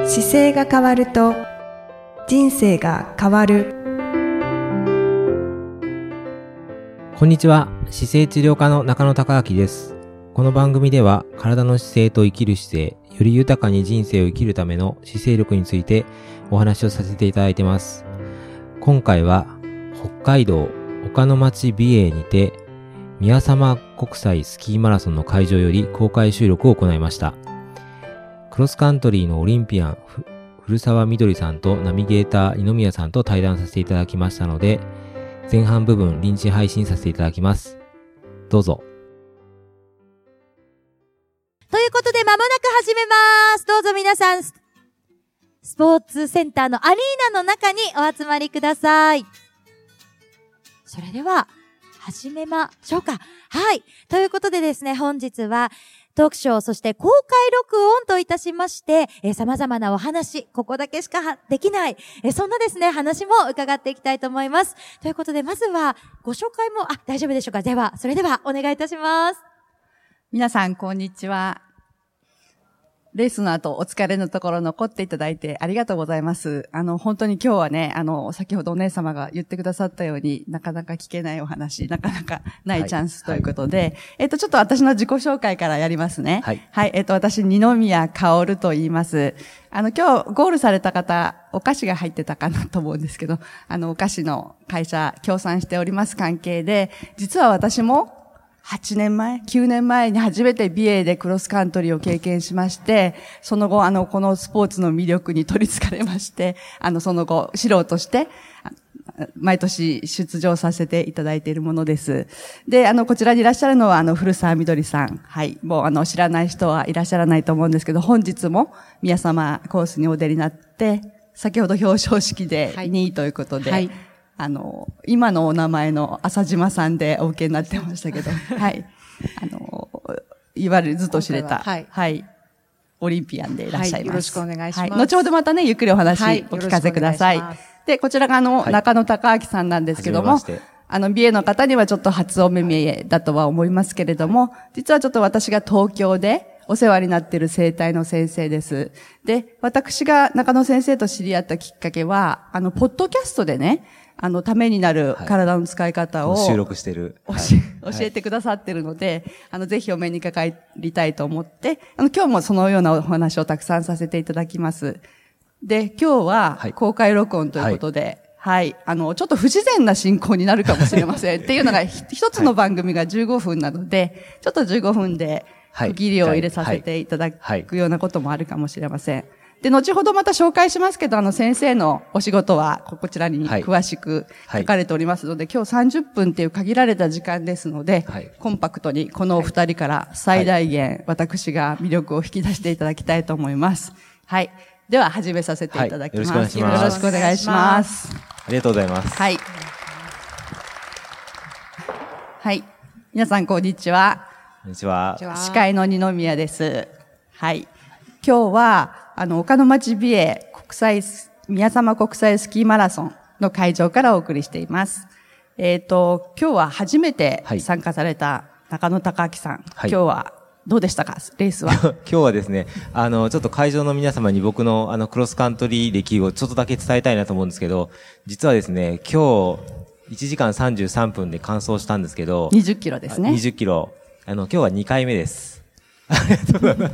姿勢が変わると人生が変わる。 こんにちは。姿勢治療科の中野孝明です。この番組では体の姿勢と生きる姿勢、より豊かに人生を生きるための姿勢力についてお話をさせていただいています。今回は北海道岡野町美瑛にて宮様国際スキーマラソンの会場より公開収録を行いました。クロスカントリーのオリンピアン古澤みどりさんとナビゲーター二宮さんと対談させていただきましたので、前半部分臨時配信させていただきます。どうぞ。 ということで間もなく始めます。どうぞ皆さんスポーツセンターのアリーナの中にお集まりください。それでは始めましょうか。はい。ということでですね、本日はトークショー、そして公開録音といたしまして、様々なお話、ここだけしかできない、そんなですね、話も伺っていきたいと思います。ということで、まずはご紹介も、大丈夫でしょうか。では、それではお願いいたします。 皆さん、こんにちは。レースの後、お疲れのところ残っていただいてありがとうございます。本当に今日はね、先ほどお姉様が言ってくださったようになかなか聞けないお話、なかなかないチャンスということで、ちょっと私の自己紹介からやりますね。はい。はい。私、二宮薫と言います。今日ゴールされた方、お菓子が入ってたかなと思うんですけど、お菓子の会社、協賛しております関係で、実は私も、9年前に初めて美瑛でクロスカントリーを経験しまして、その後、このスポーツの魅力に取り憑かれまして、その後、素人として、毎年出場させていただいているものです。で、こちらにいらっしゃるのは、古澤みどりさん。はい。もう、知らない人はいらっしゃらないと思うんですけど、本日も宮様コースにお出になって、先ほど表彰式で2位ということで、はい今のお名前の浅島さんでお受けになってましたけど、はい。いわゆるずっと知れた、はい。オリンピアンでいらっしゃいます。 よろしくお願いします。 後ほどまたね、ゆっくりお話、お聞かせください。で、こちらが中野孝明さんなんですけども、美瑛の方にはちょっと初お目見えだとは思いますけれども、実はちょっと私が東京でお世話になっている整体の先生です。で、私が中野先生と知り合ったきっかけは、ポッドキャストでね、ためになる体の使い方を、 収録してる。 教えてくださってるので、ぜひお目にかかりたいと思って、今日もそのようなお話をたくさんさせていただきます。で、今日は公開録音ということで、はい。ちょっと不自然な進行になるかもしれません。っていうのが、一つの番組が15分なので、ちょっと15分で区切りを入れさせていただくようなこともあるかもしれません。で、後ほどまた紹介しますけど、先生のお仕事はこちらに詳しく書かれておりますので、今日30分っていう限られた時間ですので、コンパクトにこのお二人から最大限私が魅力を引き出していただきたいと思います。はい。では始めさせていただきます。よろしくお願いします。 ありがとうございます。 はい。はい。皆さんこんにちは。 こんにちは。 司会の二宮です。はい。今日は、岡野町美瑛宮様国際スキーマラソンの会場からお送りしています。今日は初めて参加された中野孝明さん。今日はどうでしたかレースは。 今日はですね、ちょっと会場の皆様に僕のクロスカントリー歴をちょっとだけ伝えたいなと思うんですけど、実はですね、今日1時間33分で完走したんですけど、 20キロですね。 20キロ。今日は2回目です。ありがとうございます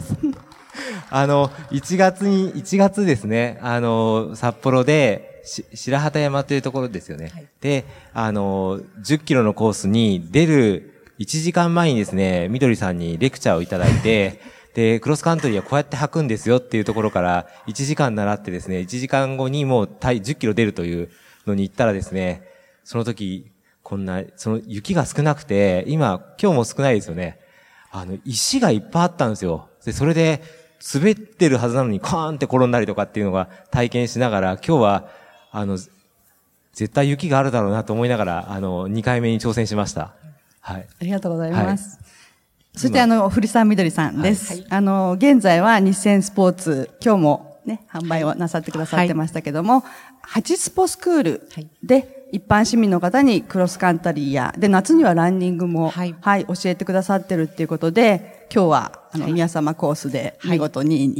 。1月ですね、札幌で、白畑山というところですよね。はい、で、10キロのコースに出る1時間前にですね、みどりさんにレクチャーをいただいて、で、クロスカントリーはこうやって履くんですよっていうところから1時間習ってですね、1時間後にもう10キロ出るというのに行ったらですね、その時、雪が少なくて、今日も少ないですよね。石がいっぱいあったんですよ。で、それで、滑ってるはずなのにカーンって転んだりとかっていうのが体験しながら、今日は、絶対雪があるだろうなと思いながら、2回目に挑戦しました。はい。 ありがとうございます。はい、そして古澤みどりさんです。はい、現在は日銭スポーツ、今日もね、販売をなさってくださってましたけども、8スポスクールで、一般市民の方にクロスカントリーや、で、夏にはランニングも、はい、教えてくださってるっていうことで、今日は、宮様コースで見事2位に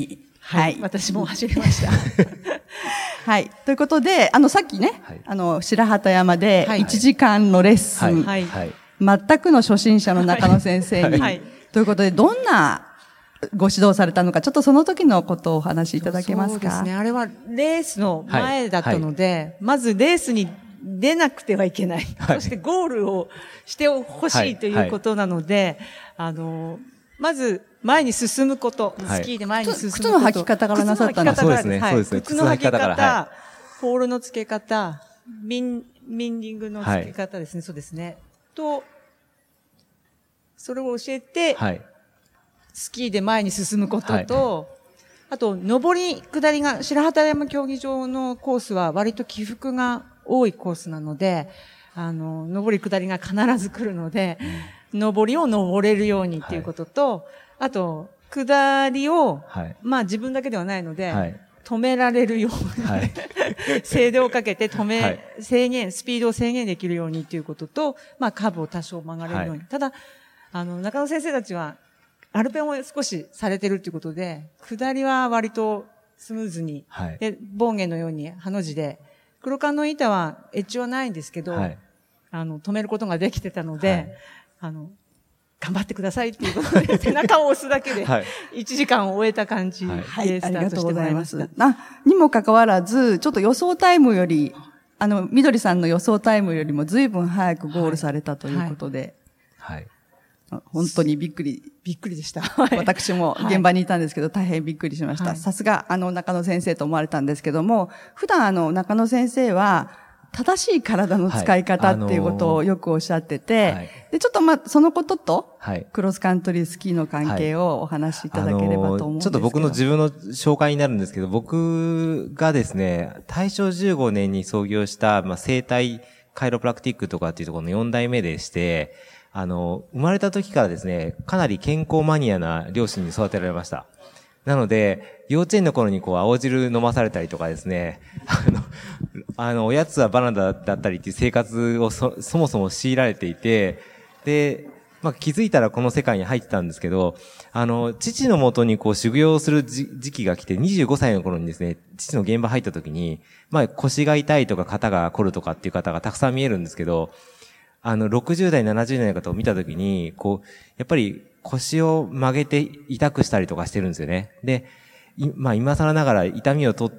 はい。 私も走りました。 はい。ということで、さっきね、白畑山で1時間のレッスン、 はい。 全くの初心者の中野先生に、ということで、どんなご指導されたのか、ちょっとその時のことをお話しいただけますか？ そうですね。あれはレースの前だったので、まずレースに出なくてはいけない。そしてゴールをしてほしいということなので、まず前に進むこと、スキーで前に進むこと。 靴の履き方からなさったんですか？ そうですね。そうですね。 靴の履き方、ポールの付け方、ミンディングの付け方ですね。そうですね。と、それを教えて、スキーで前に進むことと、あと、上り下りが、白畑山競技場のコースは割と起伏が多いコースなので、上り下りが必ず来るので、上りを登れるようにっていうことと、あと、下りを、まあ自分だけではないので、止められるように、制動をかけてスピードを制限できるようにっていうことと、まあカーブを多少曲がれるように。ただ、中野先生たちは、アルペンを少しされてるっていうことで、下りは割とスムーズに、で、ボーゲンのようにハの字で、黒缶の板はエッジはないんですけど、止めることができてたので、頑張ってくださいっていうことで、背中を押すだけで、1時間を終えた感じでスタートしてもらいました。 にもかかわらず、ちょっと予想タイムより、みどりさんの予想タイムよりも随分早くゴールされたということで、本当にびっくりでした。 私も現場にいたんですけど、大変びっくりしました。さすが、中野先生と思われたんですけども、普段中野先生は、正しい体の使い方っていうことをよくおっしゃってて、で、ちょっとそのことと、クロスカントリースキーの関係をお話しいただければと思うんですけど。 ちょっと僕の自分の紹介になるんですけど、僕がですね、大正15年に創業した、生態カイロプラクティックとかっていうところの4代目でして、生まれた時からですね、かなり健康マニアな両親に育てられました。なので、幼稚園の頃に青汁飲まされたりとかですね、おやつはバナナだったりっていう生活をそもそも強いられていて、で、気づいたらこの世界に入ってたんですけど、父のもとに修行する時期が来て、25歳の頃にですね、父の現場入った時に、腰が痛いとか肩が凝るとかっていう方がたくさん見えるんですけど、60代、70代の方を見たときに、やっぱり腰を曲げて痛くしたりとかしてるんですよね。で、今更ながら痛みを取って、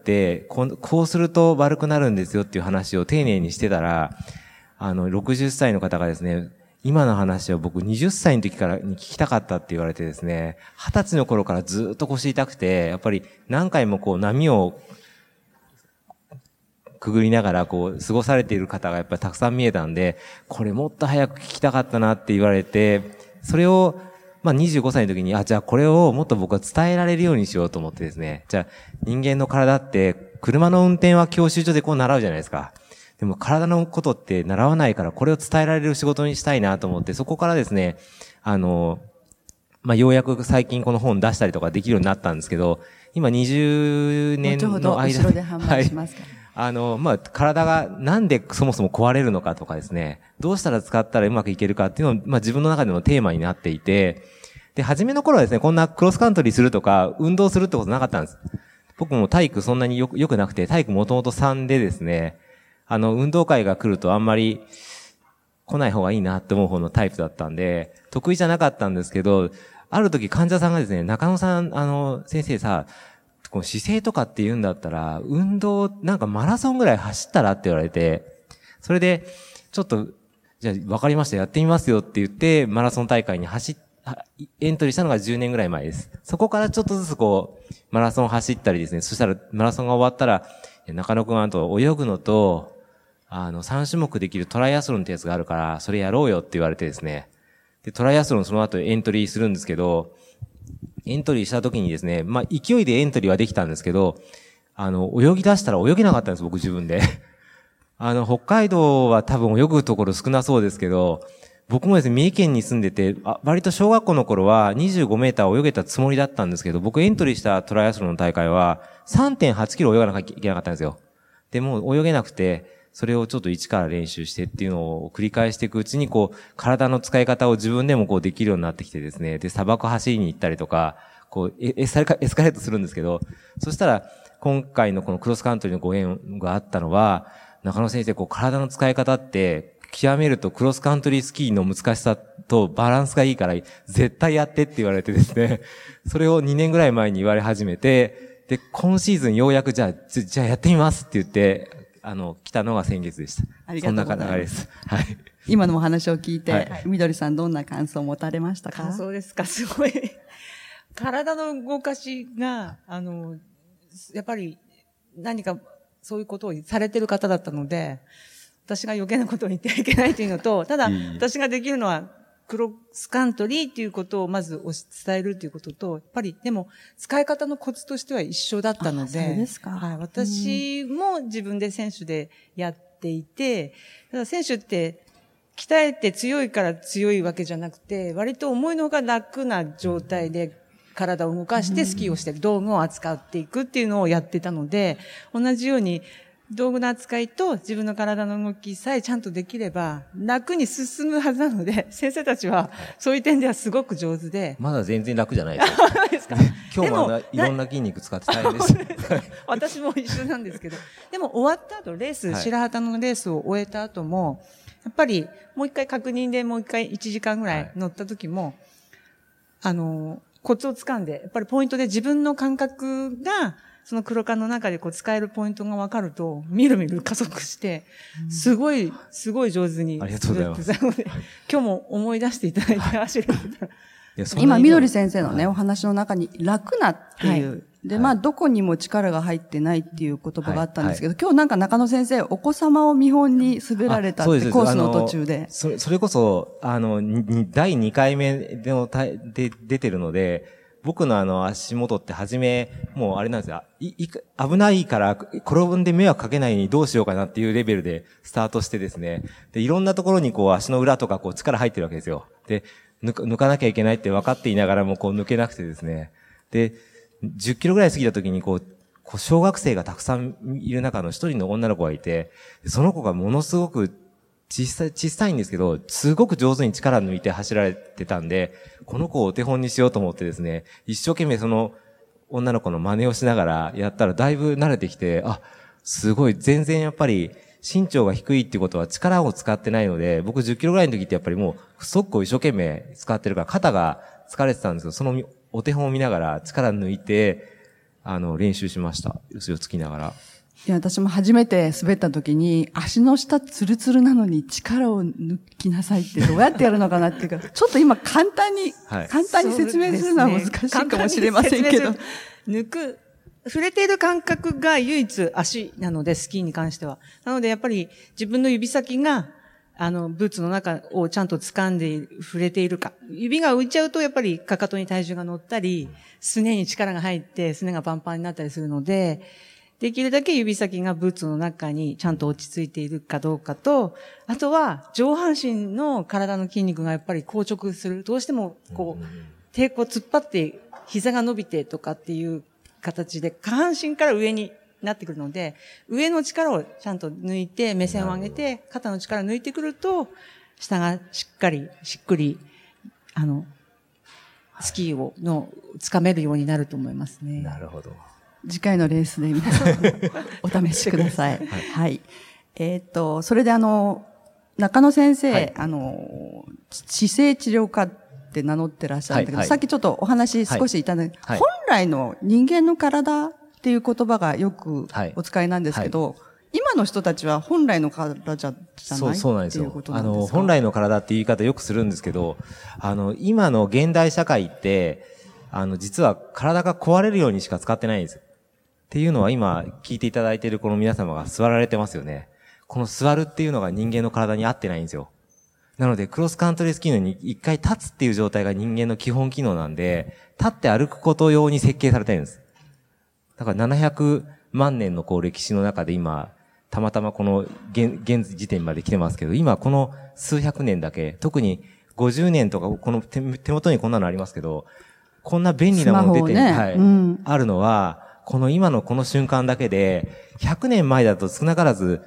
こうすると悪くなるんですよっていう話を丁寧にしてたら、60歳の方がですね、今の話を僕20歳の時からに聞きたかったって言われてですね、20歳の頃からずっと腰痛くて、やっぱり何回も波をくぐりながら過ごされている方がやっぱりたくさん見えたんで、これもっと早く聞きたかったなって言われて、それを25歳の時に、じゃあこれをもっと僕は伝えられるようにしようと思ってですね、じゃあ人間の体って車の運転は教習所で習うじゃないですか。でも体のことって習わないからこれを伝えられる仕事にしたいなと思って、そこからですね、ようやく最近この本出したりとかできるようになったんですけど、今20年の間後ろで販売しますから。 体がなんでそもそも壊れるのかとかですね、どうしたら使ったらうまくいけるかっていうのを、自分の中でのテーマになっていて、で、初めの頃はですね、こんなクロスカントリーするとか、運動するってことなかったんです。僕も体育そんなに良くなくて、体育もともと3でですね、運動会が来るとあんまり来ない方がいいなって思う方のタイプだったんで、得意じゃなかったんですけど、ある時患者さんがですね、中野さん、先生さ、この姿勢とかって言うんだったら、運動、マラソンぐらい走ったらって言われて、それで、ちょっと、じゃあ分かりました、やってみますよって言って、マラソン大会にエントリーしたのが10年ぐらい前です。そこからちょっとずつマラソン走ったりですね、そしたらマラソンが終わったら、中野くん泳ぐのと、3種目できるトライアスロンってやつがあるから、それやろうよって言われてですね。で、トライアスロンその後エントリーするんですけど、エントリーした時にですね、勢いでエントリーはできたんですけど、泳ぎ出したら泳げなかったんです、僕自分で。北海道は多分泳ぐところ少なそうですけど、僕もですね、三重県に住んでて、割と小学校の頃は25メーター泳げたつもりだったんですけど、僕エントリーしたトライアスロンの大会は 3.8 キロ泳がなきゃいけなかったんですよ。で、もう泳げなくて、 それをちょっと一から練習してっていうのを繰り返していくうちに、こう、体の使い方を自分でもこうできるようになってきてですね、で、砂漠走りに行ったりとか、こう、エスカレートするんですけど、そしたら、今回のこのクロスカントリーのご縁があったのは、中野先生、こう、体の使い方って、極めるとクロスカントリースキーの難しさとバランスがいいから、絶対やってって言われてですね、それを2年ぐらい前に言われ始めて、で、今シーズンようやくじゃあやってみますって言って、来たのが先月でした。 ありがとうございます。 そんな流れです。はい。 今のお話を聞いて、 はい、 みどりさんどんな感想を持たれましたか？ そうですか、すごい。体の動かしが、やっぱり何かそういうことをされてる方だったので、私が余計なことを言ってはいけないというのと、ただ、私ができるのは、クロスカントリーっていうことをまず伝えるということと、やっぱりでも使い方のコツとしては一緒だったので、 そうですか。 はい、私も自分で選手でやっていて、ただ選手って鍛えて強いから強いわけじゃなくて、割と思いのほか楽な状態で体を動かしてスキーをして道具を扱っていくっていうのをやってたので、同じように道具の扱いと自分の体の動きさえちゃんとできれば楽に進むはずなので、先生たちはそういう点ではすごく上手で。 まだ全然楽じゃないですか。今日もいろんな筋肉使って大変です。 私も一緒なんですけど。でも終わった後、レース、白旗のレースを終えた後も、やっぱりもう一回確認でもう一回1時間ぐらい乗った時も、コツをつかんで、やっぱりポイントで自分の感覚が、その黒缶の中でこう使えるポイントが分かると、みるみる加速して、すごい上手に。 ありがとうございます。 今日も思い出していただいて走れてたら。 今、みどり先生のね、お話の中に楽なっていう。で、まあ、どこにも力が入ってないっていう言葉があったんですけど、今日なんか中野先生、お子様を見本に滑られたってコースの途中で。 それこそ、第2回目で出てるので、僕の足元って初め、もうあれなんですよ。危ないから転んで迷惑かけないようにどうしようかなっていうレベルでスタートしてですね。で、いろんなところにこう足の裏とかこう力入ってるわけですよ。で、抜かなきゃいけないって分かっていながらもこう抜けなくてですね。で、10キロぐらい過ぎた時にこう小学生がたくさんいる中の一人の女の子がいて、その子がものすごく小さいんですけど、すごく上手に力抜いて走られてたんで、この子をお手本にしようと思ってですね、一生懸命その女の子の真似をしながらやったらだいぶ慣れてきて、すごい全然やっぱり身長が低いっていうことは力を使ってないので、僕10キロぐらいの時ってやっぱりもうストックを一生懸命使ってるから肩が疲れてたんですけど、そのお手本を見ながら力抜いて、練習しました。後ろつきながら。 いや、私も初めて滑った時に、足の下ツルツルなのに力を抜きなさいってどうやってやるのかなっていうか、ちょっと今簡単に説明するのは難しいかもしれませんけど。 触れている感覚が唯一足なので、スキーに関しては。なのでやっぱり自分の指先が、ブーツの中をちゃんと掴んで触れているか。指が浮いちゃうとやっぱりかかとに体重が乗ったり、すねに力が入ってすねがパンパンになったりするので、できるだけ指先がブーツの中にちゃんと落ち着いているかどうかと、あとは上半身の体の筋肉がやっぱり硬直する。どうしてもこう、突っ張って膝が伸びてとかっていう形で下半身から上になってくるので、上の力をちゃんと抜いて目線を上げて肩の力を抜いてくると、下がしっくり、スキーを掴めるようになると思いますね。 なるほど。 次回のレースで皆さんお試しください。はい。それで中野先生、はい、姿勢治療科って名乗ってらっしゃるんだけど、さっきちょっとお話少しいただいて、本来の人間の体っていう言葉がよくお使いなんですけど、今の人たちは本来の体じゃないっていうことなんですか？ 本来の体っていう言い方よくするんですけど、今の現代社会って、実は体が壊れるようにしか使ってないんです。っていうのは今聞いていただいているこの皆様が座られてますよね。この座るっていうのが人間の体に合ってないんですよ。なのでクロスカントリースキーのに一回立つっていう状態が人間の基本機能なんで、立って歩くこと用に設計されてるんです。だから700万年の歴史の中で今、たまたまこの現時点まで来てますけど、今この数百年だけ、特に50年とかこの手元にこんなのありますけど、こんな便利なもの出て、あるのは、今のこの瞬間だけで、100年前だと少なからず、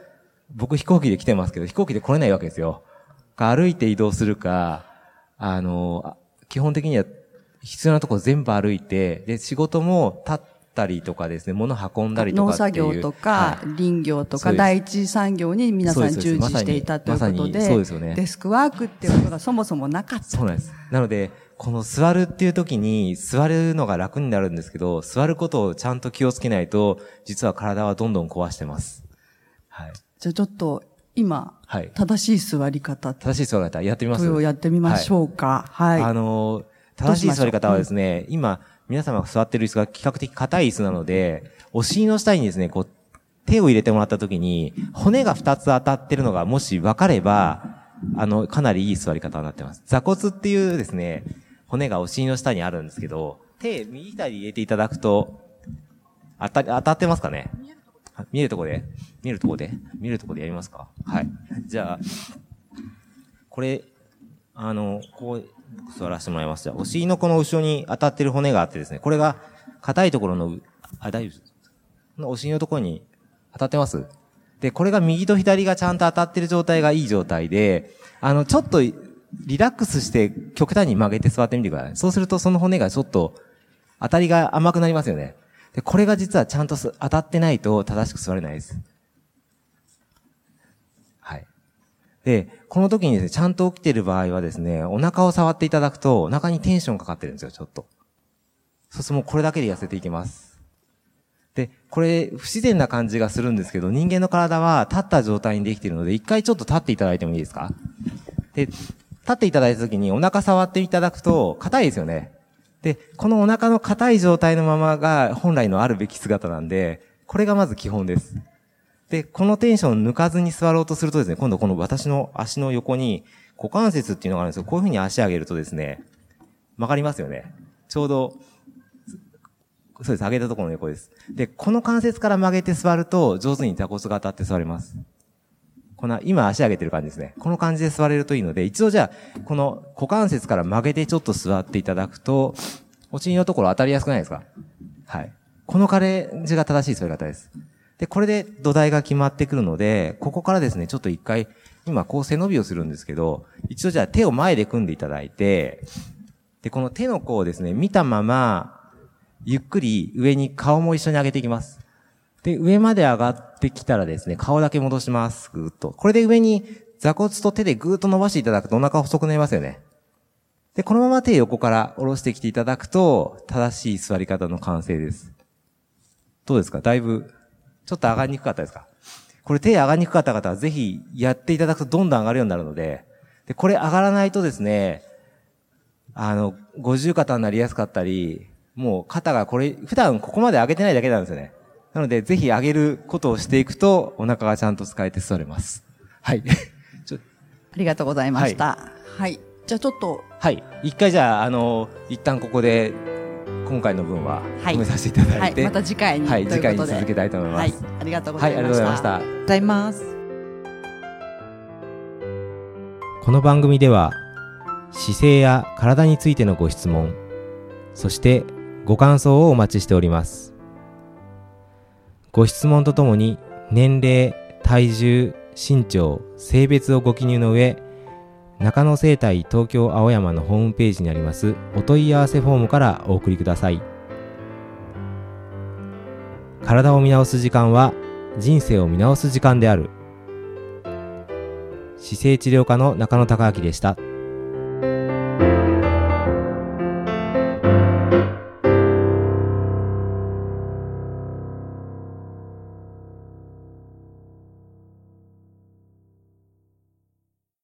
僕飛行機で来てますけど、飛行機で来れないわけですよ。歩いて移動するか、基本的には必要なところ全部歩いて、で、仕事も立ったりとかですね、物運んだりとかっていう。 農作業とか、林業とか、第一産業に皆さん従事していたということで、 そうですよね。 デスクワークっていうのがそもそもなかった。 そうなんです。なので、この座るっていう時に、座るのが楽になるんですけど、座ることをちゃんと気をつけないと、実は体はどんどん壊してます。はい。 じゃあちょっと、今、 はい、 正しい座り方。 正しい座り方、やってみます？ やってみましょうか。はい。 正しい座り方はですね、今、皆様が座ってる椅子が比較的硬い椅子なので、お尻の下にですね、こう、手を入れてもらった時に、骨が2つ当たってるのがもし分かれば、かなりいい座り方になってます。座骨っていうですね、骨がお尻の下にあるんですけど、手、右左入れていただくと、当たってますかね？見えるとこでやりますか？はい。じゃあ、これ、こう、座らせてもらいます。じゃあ、お尻のこの後ろに当たってる骨があってですね、これが硬いところの、大丈夫です。お尻のところに当たってます？で、これが右と左がちゃんと当たってる状態がいい状態で、ちょっとリラックスして極端に曲げて座ってみてください。そうするとその骨がちょっと当たりが甘くなりますよね。で、これが実はちゃんと当たってないと正しく座れないです。はい。で、この時にですね、ちゃんと起きてる場合はですね、お腹を触っていただくと、お腹にテンションかかってるんですよ、ちょっと。そうするともうこれだけで痩せていけます。で、これ、不自然な感じがするんですけど、人間の体は立った状態にできているので、一回ちょっと立っていただいてもいいですか？で、立っていただいた時にお腹触っていただくと、硬いですよね。で、このお腹の硬い状態のままが本来のあるべき姿なんで、これがまず基本です。で、このテンション抜かずに座ろうとするとですね、今度この私の足の横に股関節っていうのがあるんですよ。こういう風に足上げるとですね、曲がりますよね。ちょうど、そうです。上げたところの横です。で、この関節から曲げて座ると上手に座骨が当たって座れます。今足上げてる感じですね。この感じで座れるといいので、一度じゃあ、この股関節から曲げてちょっと座っていただくと、お尻のところ当たりやすくないですか？はい。この感じが正しい座り方です。で、これで土台が決まってくるので、ここからですね、ちょっと一回、今こう背伸びをするんですけど、一度じゃあ手を前で組んでいただいて、で、この手の甲をですね、見たまま、ゆっくり上に顔も一緒に上げていきます。で、上まで上がってきたらですね、顔だけ戻します。ぐーっと。これで上に座骨と手でぐーっと伸ばしていただくとお腹細くなりますよね。で、このまま手横から下ろしてきていただくと、正しい座り方の完成です。どうですか？だいぶ、ちょっと上がりにくかったですか？これ手上がりにくかった方はぜひやっていただくとどんどん上がるようになるので、で、これ上がらないとですね、五十肩になりやすかったり、もう肩が普段ここまで上げてないだけなんですよね。なので、ぜひ上げることをしていくと、お腹がちゃんと使えて座れます。はい。 ありがとうございました。はい。じゃあちょっと。 はい。一回じゃあ、一旦ここで、今回の分は、止めさせていただいて。 はい。また次回に。 はい。次回に続けたいと思います。 はい。ありがとうございました。 はい。ありがとうございました。 ありがとうございます。 この番組では、姿勢や体についてのご質問、そしてご感想をお待ちしております。ご質問とともに年齢、体重、身長、性別をご記入の上、中野生態東京青山のホームページにありますお問い合わせフォームからお送りください。体を見直す時間は人生を見直す時間である。姿勢治療科の中野孝明でした。